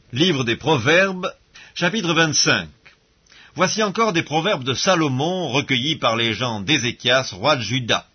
Livre des Proverbes, chapitre 25. Voici encore des proverbes de Salomon recueillis par les gens d'Ézéchias, roi de Juda.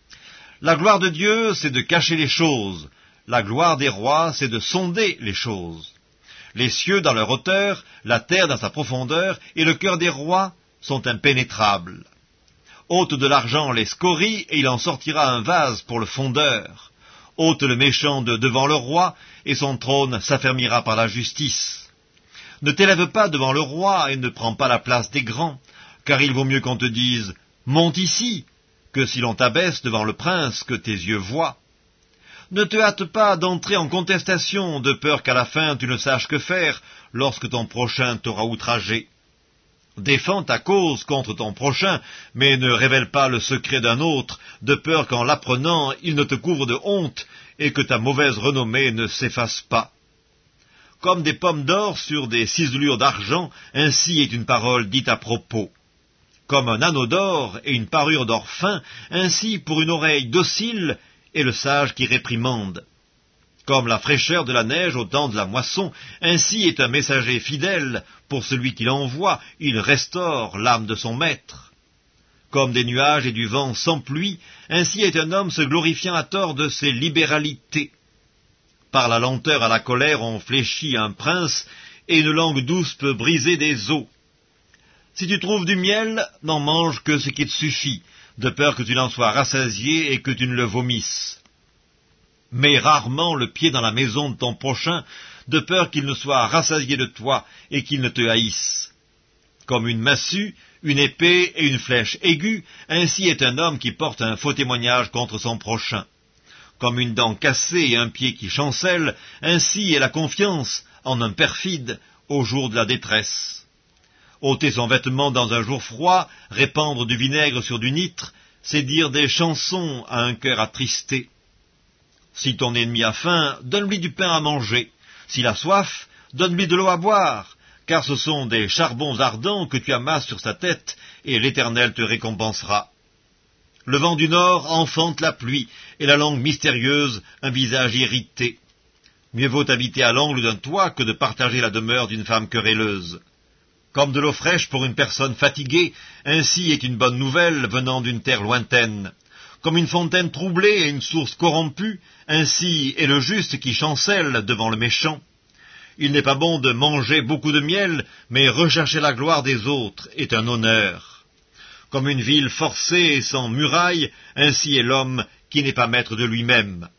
La gloire de Dieu, c'est de cacher les choses. La gloire des rois, c'est de sonder les choses. Les cieux dans leur hauteur, la terre dans sa profondeur, et le cœur des rois sont impénétrables. Ôte de l'argent les scories, et il en sortira un vase pour le fondeur. Ôte le méchant de devant le roi, et son trône s'affermira par la justice. Ne t'élève pas devant le roi, et ne prends pas la place des grands, car il vaut mieux qu'on te dise « Monte ici », que si l'on t'abaisse devant le prince que tes yeux voient. Ne te hâte pas d'entrer en contestation, de peur qu'à la fin tu ne saches que faire, lorsque ton prochain t'aura outragé. Défends ta cause contre ton prochain, mais ne révèle pas le secret d'un autre, de peur qu'en l'apprenant, il ne te couvre de honte, et que ta mauvaise renommée ne s'efface pas. Comme des pommes d'or sur des ciselures d'argent, ainsi est une parole dite à propos. Comme un anneau d'or et une parure d'or fin, ainsi pour une oreille docile est le sage qui réprimande. Comme la fraîcheur de la neige au temps de la moisson, ainsi est un messager fidèle, pour celui qui l'envoie, il restaure l'âme de son maître. Comme des nuages et du vent sans pluie, ainsi est un homme se glorifiant à tort de ses libéralités. Par la lenteur à la colère on fléchit un prince, et une langue douce peut briser des os. Si tu trouves du miel, n'en mange que ce qui te suffit, de peur que tu n'en sois rassasié et que tu ne le vomisses. Mets rarement le pied dans la maison de ton prochain, de peur qu'il ne soit rassasié de toi et qu'il ne te haïsse. Comme une massue, une épée et une flèche aiguë, ainsi est un homme qui porte un faux témoignage contre son prochain. Comme une dent cassée et un pied qui chancelle, ainsi est la confiance en un perfide au jour de la détresse. Ôter son vêtement dans un jour froid, répandre du vinaigre sur du nitre, c'est dire des chansons à un cœur attristé. Si ton ennemi a faim, donne-lui du pain à manger. S'il a soif, donne-lui de l'eau à boire, car ce sont des charbons ardents que tu amasses sur sa tête, et l'Éternel te récompensera. Le vent du nord enfante la pluie, et la langue mystérieuse un visage irrité. Mieux vaut habiter à l'angle d'un toit que de partager la demeure d'une femme querelleuse. Comme de l'eau fraîche pour une personne fatiguée, ainsi est une bonne nouvelle venant d'une terre lointaine. Comme une fontaine troublée et une source corrompue, ainsi est le juste qui chancelle devant le méchant. Il n'est pas bon de manger beaucoup de miel, mais rechercher la gloire des autres est un honneur. Comme une ville forcée et sans muraille, ainsi est l'homme qui n'est pas maître de lui-même.